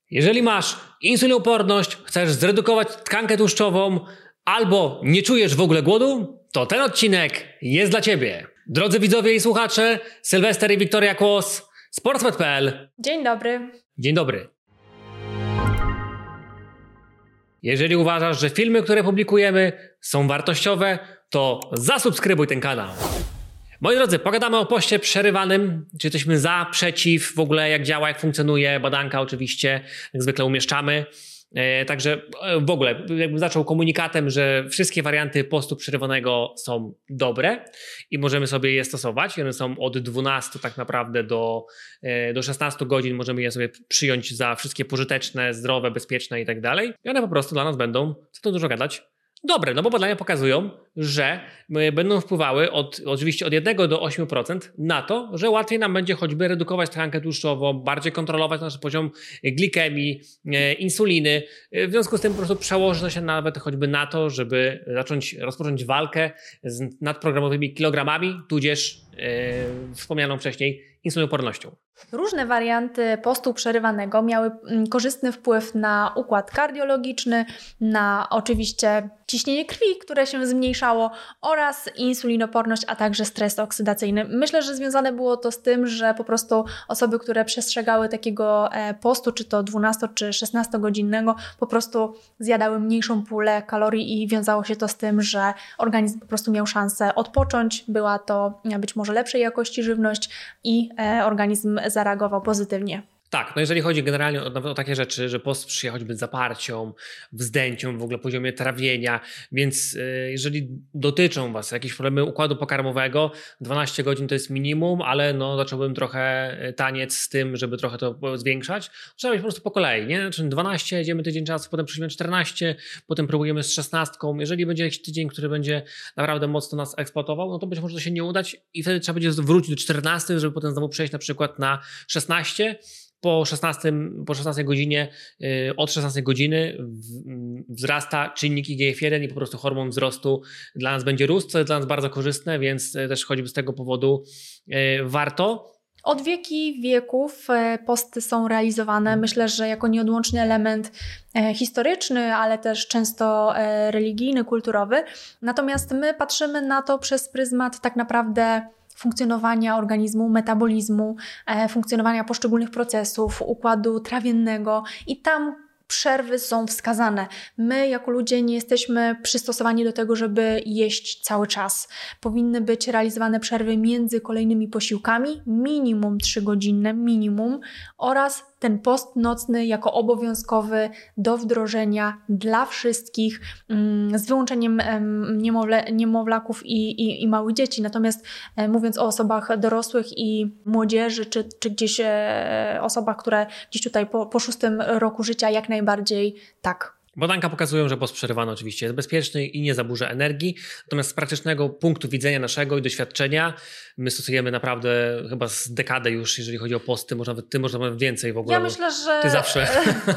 Jeżeli masz insulinooporność, chcesz zredukować tkankę tłuszczową albo nie czujesz w ogóle głodu, to ten odcinek jest dla Ciebie. Drodzy widzowie i słuchacze, Sylwester i Wiktoria Kłos, sportsmed.pl. Dzień dobry. Dzień dobry. Jeżeli uważasz, że filmy, które publikujemy są wartościowe, to zasubskrybuj ten kanał. Moi drodzy, pogadamy o poście przerywanym. Czy jesteśmy za, przeciw, w ogóle jak działa, jak funkcjonuje. Badanka oczywiście, jak zwykle umieszczamy. Także w ogóle jakbym zaczął komunikatem, że wszystkie warianty postu przerywanego są dobre i możemy sobie je stosować. One są od 12 tak naprawdę do 16 godzin. Możemy je sobie przyjąć za wszystkie pożyteczne, zdrowe, bezpieczne i tak dalej. I one po prostu dla nas będą, co tu dużo gadać, dobre, no bo badania pokazują, że będą wpływały oczywiście od 1 do 8% na to, że łatwiej nam będzie choćby redukować tkankę tłuszczową, bardziej kontrolować nasz poziom glikemii, insuliny. W związku z tym po prostu przełoży to się nawet choćby na to, żeby rozpocząć walkę z nadprogramowymi kilogramami, tudzież wspomnianą wcześniej insulinoopornością. Różne warianty postu przerywanego miały korzystny wpływ na układ kardiologiczny, na oczywiście ciśnienie krwi, które się zmniejszało oraz insulinoporność, a także stres oksydacyjny. Myślę, że związane było to z tym, że po prostu osoby, które przestrzegały takiego postu, czy to 12 czy 16 godzinnego, po prostu zjadały mniejszą pulę kalorii i wiązało się to z tym, że organizm po prostu miał szansę odpocząć. Była to być może lepszej jakości żywność i organizm zareagował pozytywnie. Tak, no jeżeli chodzi generalnie o takie rzeczy, że post sprzyja choćby zaparciom, wzdęciom, w ogóle poziomie trawienia, więc jeżeli dotyczą Was jakieś problemy układu pokarmowego, 12 godzin to jest minimum, ale no zacząłbym trochę taniec z tym, żeby trochę to zwiększać. Trzeba być po prostu po kolei, nie? Znaczy 12, jedziemy tydzień czasu, potem przyjmiemy 14, potem próbujemy z 16. Jeżeli będzie jakiś tydzień, który będzie naprawdę mocno nas eksploatował, no to być może to się nie udać i wtedy trzeba będzie wrócić do 14, żeby potem znowu przejść na przykład na 16. Po 16 godzinie, od 16 godziny wzrasta czynnik IGF-1 i po prostu hormon wzrostu dla nas będzie rósł, co jest dla nas bardzo korzystne, więc też choćby z tego powodu warto. Od wieki wieków posty są realizowane, myślę, że jako nieodłączny element historyczny, ale też często religijny, kulturowy. Natomiast my patrzymy na to przez pryzmat tak naprawdę funkcjonowania organizmu, metabolizmu, funkcjonowania poszczególnych procesów, układu trawiennego i tam przerwy są wskazane. My jako ludzie nie jesteśmy przystosowani do tego, żeby jeść cały czas. Powinny być realizowane przerwy między kolejnymi posiłkami, minimum 3-godzinne, minimum, oraz ten post nocny jako obowiązkowy do wdrożenia dla wszystkich, z wyłączeniem niemowlaków i małych dzieci. Natomiast mówiąc o osobach dorosłych i młodzieży, czy gdzieś osobach, które gdzieś tutaj po 6 roku życia, jak najbardziej tak. Badanka pokazują, że post przerywany oczywiście jest bezpieczny i nie zaburza energii, natomiast z praktycznego punktu widzenia naszego i doświadczenia my stosujemy naprawdę chyba z dekadę już, jeżeli chodzi o posty, może nawet więcej w ogóle. Ja myślę, że ty zawsze.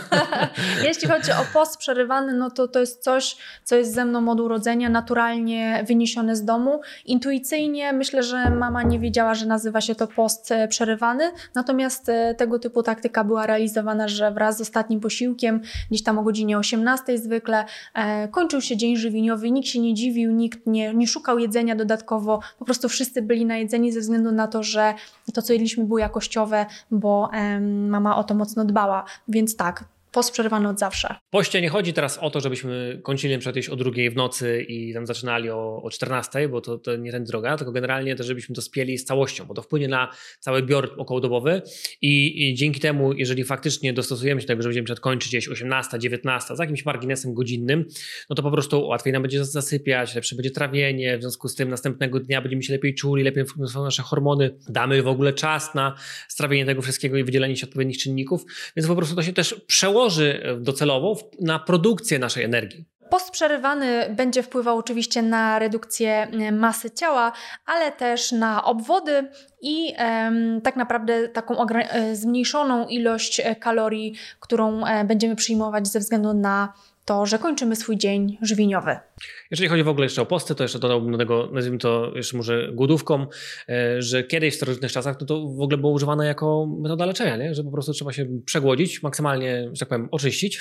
Jeśli chodzi o post przerywany, no to jest coś, co jest ze mną od urodzenia, naturalnie wyniesione z domu. Intuicyjnie myślę, że mama nie wiedziała, że nazywa się to post przerywany, natomiast tego typu taktyka była realizowana, że wraz z ostatnim posiłkiem, gdzieś tam o godzinie 18 zwykle, kończył się dzień żywieniowy, nikt się nie dziwił, nikt nie szukał jedzenia dodatkowo, po prostu wszyscy byli najedzeni ze względu na to, że to, co jedliśmy, było jakościowe, bo mama o to mocno dbała, więc tak. Post przerywany od zawsze. W poście nie chodzi teraz o to, żebyśmy kończyli na przykład jeść o 2 w nocy i tam zaczynali o 14, bo to nie ten droga, tylko generalnie to, żebyśmy to spieli z całością, bo to wpłynie na cały bior okołodobowy i dzięki temu, jeżeli faktycznie dostosujemy się do tego, że będziemy kończyć gdzieś 18, 19 z jakimś marginesem godzinnym, no to po prostu łatwiej nam będzie zasypiać, lepsze będzie trawienie, w związku z tym następnego dnia będziemy się lepiej czuli, lepiej funkcjonują nasze hormony, damy w ogóle czas na strawienie tego wszystkiego i wydzielenie się odpowiednich czynników, więc po prostu to się też przełoży docelowo na produkcję naszej energii. Post przerywany będzie wpływał oczywiście na redukcję masy ciała, ale też na obwody i tak naprawdę taką zmniejszoną ilość kalorii, którą będziemy przyjmować ze względu na to, że kończymy swój dzień żywieniowy. Jeżeli chodzi w ogóle jeszcze o posty, to jeszcze dodałbym do tego, nazwijmy to jeszcze może głodówką, że kiedyś w starożytnych czasach to w ogóle było używane jako metoda leczenia, nie? Że po prostu trzeba się przegłodzić, maksymalnie, że tak powiem, oczyścić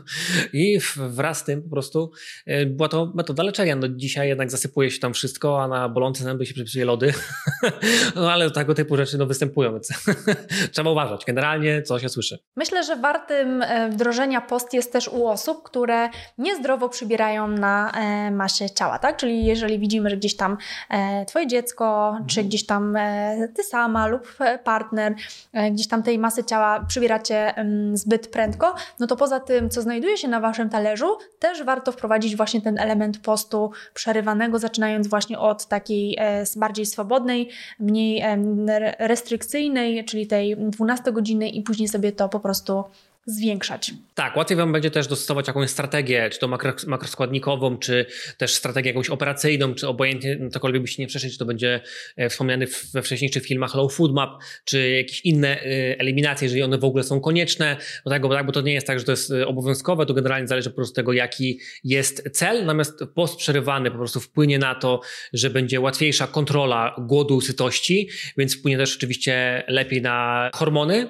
i wraz z tym po prostu była to metoda leczenia. No dzisiaj jednak zasypuje się tam wszystko, a na bolące zęby się przepisuje lody, no ale tego typu rzeczy występują, więc trzeba uważać. Generalnie co się słyszy. Myślę, że wartym wdrożenia post jest też u osób, które niezdrowo przybierają na masie ciała, tak? Czyli jeżeli widzimy, że gdzieś tam twoje dziecko, czy gdzieś tam ty sama lub partner gdzieś tam tej masy ciała przybieracie zbyt prędko, no to poza tym, co znajduje się na waszym talerzu, też warto wprowadzić właśnie ten element postu przerywanego, zaczynając właśnie od takiej bardziej swobodnej, mniej restrykcyjnej, czyli tej 12-godzinnej i później sobie to po prostu zwiększać. Tak, łatwiej wam będzie też dostosować jakąś strategię, czy to makroskładnikową, czy też strategię jakąś operacyjną, czy obojętnie cokolwiek byście nie przeszli, czy to będzie wspomniany we wcześniejszych filmach Low Food Map, czy jakieś inne eliminacje, jeżeli one w ogóle są konieczne, bo to nie jest tak, że to jest obowiązkowe, to generalnie zależy po prostu od tego, jaki jest cel, natomiast post przerywany po prostu wpłynie na to, że będzie łatwiejsza kontrola głodu, sytości, więc wpłynie też oczywiście lepiej na hormony,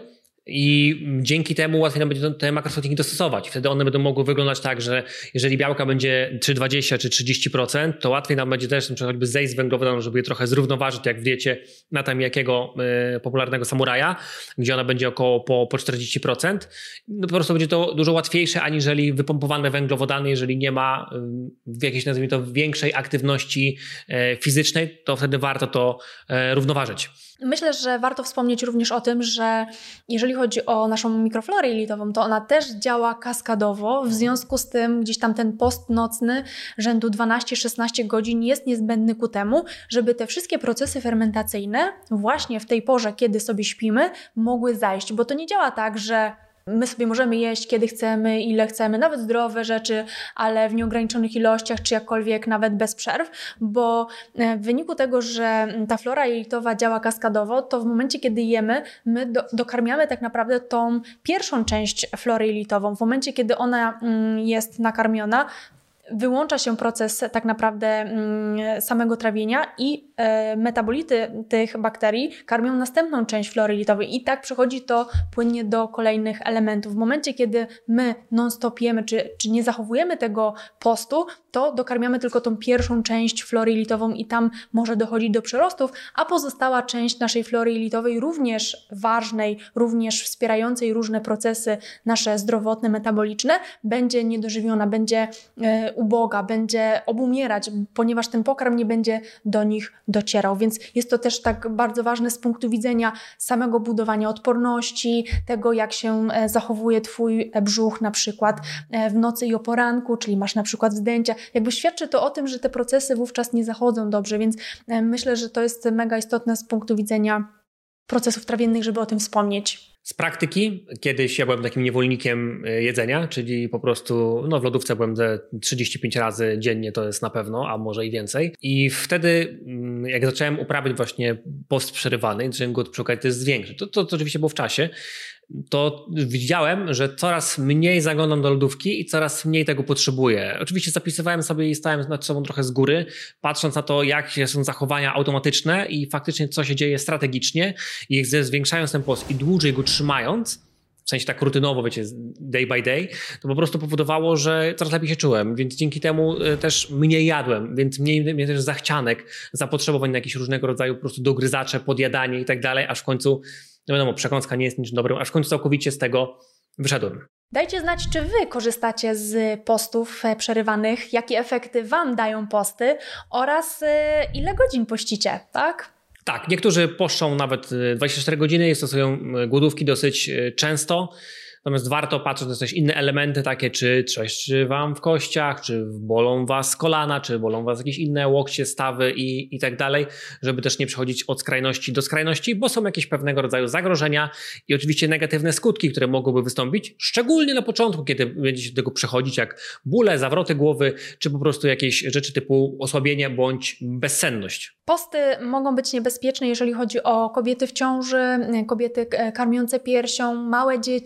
i dzięki temu łatwiej nam będzie te makroskładniki dostosować. Wtedy one będą mogły wyglądać tak, że jeżeli białka będzie 20 czy 30%, to łatwiej nam będzie też choćby zejść z węglowodanów, żeby je trochę zrównoważyć, jak w diecie Natamijakiego popularnego samuraja, gdzie ona będzie około po 40%. No po prostu będzie to dużo łatwiejsze, aniżeli wypompowane węglowodany, jeżeli nie ma w jakiejś, nazwijmy to, większej aktywności fizycznej, to wtedy warto to równoważyć. Myślę, że warto wspomnieć również o tym, że jeżeli chodzi o naszą mikroflorę jelitową, to ona też działa kaskadowo, w związku z tym gdzieś tam ten post nocny rzędu 12-16 godzin jest niezbędny ku temu, żeby te wszystkie procesy fermentacyjne właśnie w tej porze, kiedy sobie śpimy, mogły zajść, bo to nie działa tak, że my sobie możemy jeść kiedy chcemy, ile chcemy, nawet zdrowe rzeczy, ale w nieograniczonych ilościach, czy jakkolwiek nawet bez przerw, bo w wyniku tego, że ta flora jelitowa działa kaskadowo, to w momencie, kiedy jemy, my dokarmiamy tak naprawdę tą pierwszą część flory jelitową. W momencie, kiedy ona jest nakarmiona, wyłącza się proces tak naprawdę samego trawienia i metabolity tych bakterii karmią następną część flory jelitowej i tak przechodzi to płynnie do kolejnych elementów. W momencie, kiedy my non-stop jemy, czy nie zachowujemy tego postu, to dokarmiamy tylko tą pierwszą część flory jelitową i tam może dochodzić do przyrostów, a pozostała część naszej flory jelitowej, również ważnej, również wspierającej różne procesy nasze zdrowotne, metaboliczne, będzie niedożywiona, będzie uboga, będzie obumierać, ponieważ ten pokarm nie będzie do nich docierał. Więc jest to też tak bardzo ważne z punktu widzenia samego budowania odporności, tego jak się zachowuje twój brzuch na przykład w nocy i o poranku, czyli masz na przykład wzdęcia. Jakby świadczy to o tym, że te procesy wówczas nie zachodzą dobrze, więc myślę, że to jest mega istotne z punktu widzenia procesów trawiennych, żeby o tym wspomnieć. Z praktyki, kiedyś ja byłem takim niewolnikiem jedzenia, czyli po prostu w lodówce byłem 35 razy dziennie, to jest na pewno, a może i więcej. I wtedy jak zacząłem uprawiać właśnie post przerywany, zacząłem go przy okazji też zwiększyć. To oczywiście było w czasie. To widziałem, że coraz mniej zaglądam do lodówki i coraz mniej tego potrzebuję. Oczywiście zapisywałem sobie i stałem nad sobą trochę z góry, patrząc na to, jakie są zachowania automatyczne i faktycznie co się dzieje strategicznie i zwiększając ten post i dłużej go trzymając, w sensie tak rutynowo, wiecie, day by day, to po prostu powodowało, że coraz lepiej się czułem, więc dzięki temu też mniej jadłem, więc mniej też zachcianek, zapotrzebowań na jakieś różnego rodzaju po prostu dogryzacze, podjadanie i tak dalej, aż w końcu, no wiadomo, przekąska nie jest niczym dobrym, aż w końcu całkowicie z tego wyszedłem. Dajcie znać, czy Wy korzystacie z postów przerywanych, jakie efekty Wam dają posty oraz ile godzin pościcie, tak? Tak, niektórzy poszczą nawet 24 godziny, stosują głodówki dosyć często, natomiast warto patrzeć na też inne elementy takie, czy trzeszczy wam w kościach, czy bolą was kolana, czy bolą was jakieś inne łokcie, stawy i tak dalej, żeby też nie przechodzić od skrajności do skrajności, bo są jakieś pewnego rodzaju zagrożenia i oczywiście negatywne skutki, które mogłyby wystąpić, szczególnie na początku, kiedy będziecie do tego przechodzić, jak bóle, zawroty głowy, czy po prostu jakieś rzeczy typu osłabienie bądź bezsenność. Posty mogą być niebezpieczne, jeżeli chodzi o kobiety w ciąży, kobiety karmiące piersią, małe dzieci, osoby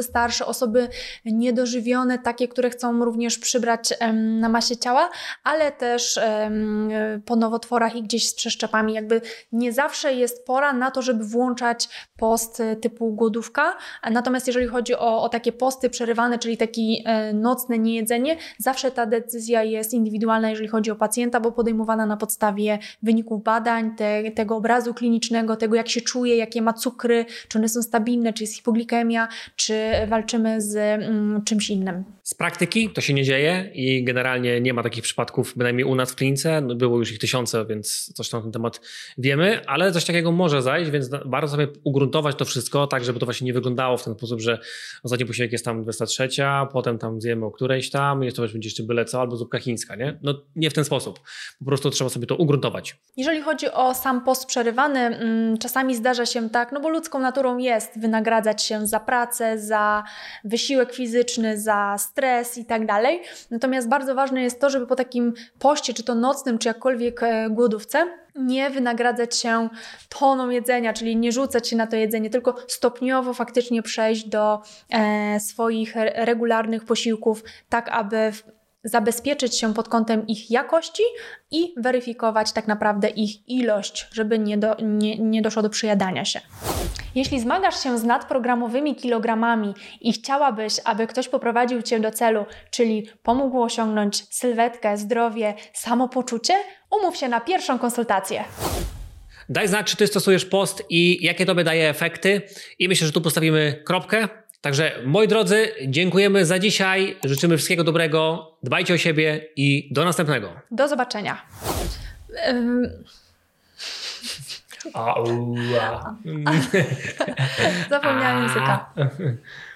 osoby starsze, osoby niedożywione, takie, które chcą również przybrać na masie ciała, ale też po nowotworach i gdzieś z przeszczepami. Jakby nie zawsze jest pora na to, żeby włączać post typu głodówka, natomiast jeżeli chodzi o takie posty przerywane, czyli taki nocne niejedzenie, zawsze ta decyzja jest indywidualna, jeżeli chodzi o pacjenta, bo podejmowana na podstawie wyników badań, tego obrazu klinicznego, tego jak się czuje, jakie ma cukry, czy one są stabilne, czy jest hipoglikemia, czy walczymy z czymś innym. Z praktyki to się nie dzieje i generalnie nie ma takich przypadków, bynajmniej u nas w klinice. No było już ich tysiące, więc coś tam na ten temat wiemy, ale coś takiego może zajść, więc warto sobie ugruntować to wszystko, tak żeby to właśnie nie wyglądało w ten sposób, że ostatni posiłek jest tam 23, potem tam zjemy o którejś tam, jest to będzie jeszcze byle co, albo zupka chińska, nie? No nie w ten sposób. Po prostu trzeba sobie to ugruntować. Jeżeli chodzi o sam post przerywany, czasami zdarza się tak, no bo ludzką naturą jest wynagradzać się za pracę, za wysiłek fizyczny, za stres i tak dalej. Natomiast bardzo ważne jest to, żeby po takim poście, czy to nocnym, czy jakkolwiek głodówce, nie wynagradzać się toną jedzenia, czyli nie rzucać się na to jedzenie, tylko stopniowo faktycznie przejść do swoich regularnych posiłków, tak aby zabezpieczyć się pod kątem ich jakości i weryfikować tak naprawdę ich ilość, żeby nie doszło do przejadania się. Jeśli zmagasz się z nadprogramowymi kilogramami i chciałabyś, aby ktoś poprowadził Cię do celu, czyli pomógł osiągnąć sylwetkę, zdrowie, samopoczucie, umów się na pierwszą konsultację. Daj znać, czy Ty stosujesz post i jakie Tobie daje efekty i myślę, że tu postawimy kropkę. Także moi drodzy, dziękujemy za dzisiaj, życzymy wszystkiego dobrego, dbajcie o siebie i do następnego. Do zobaczenia. Zapomniałam języka.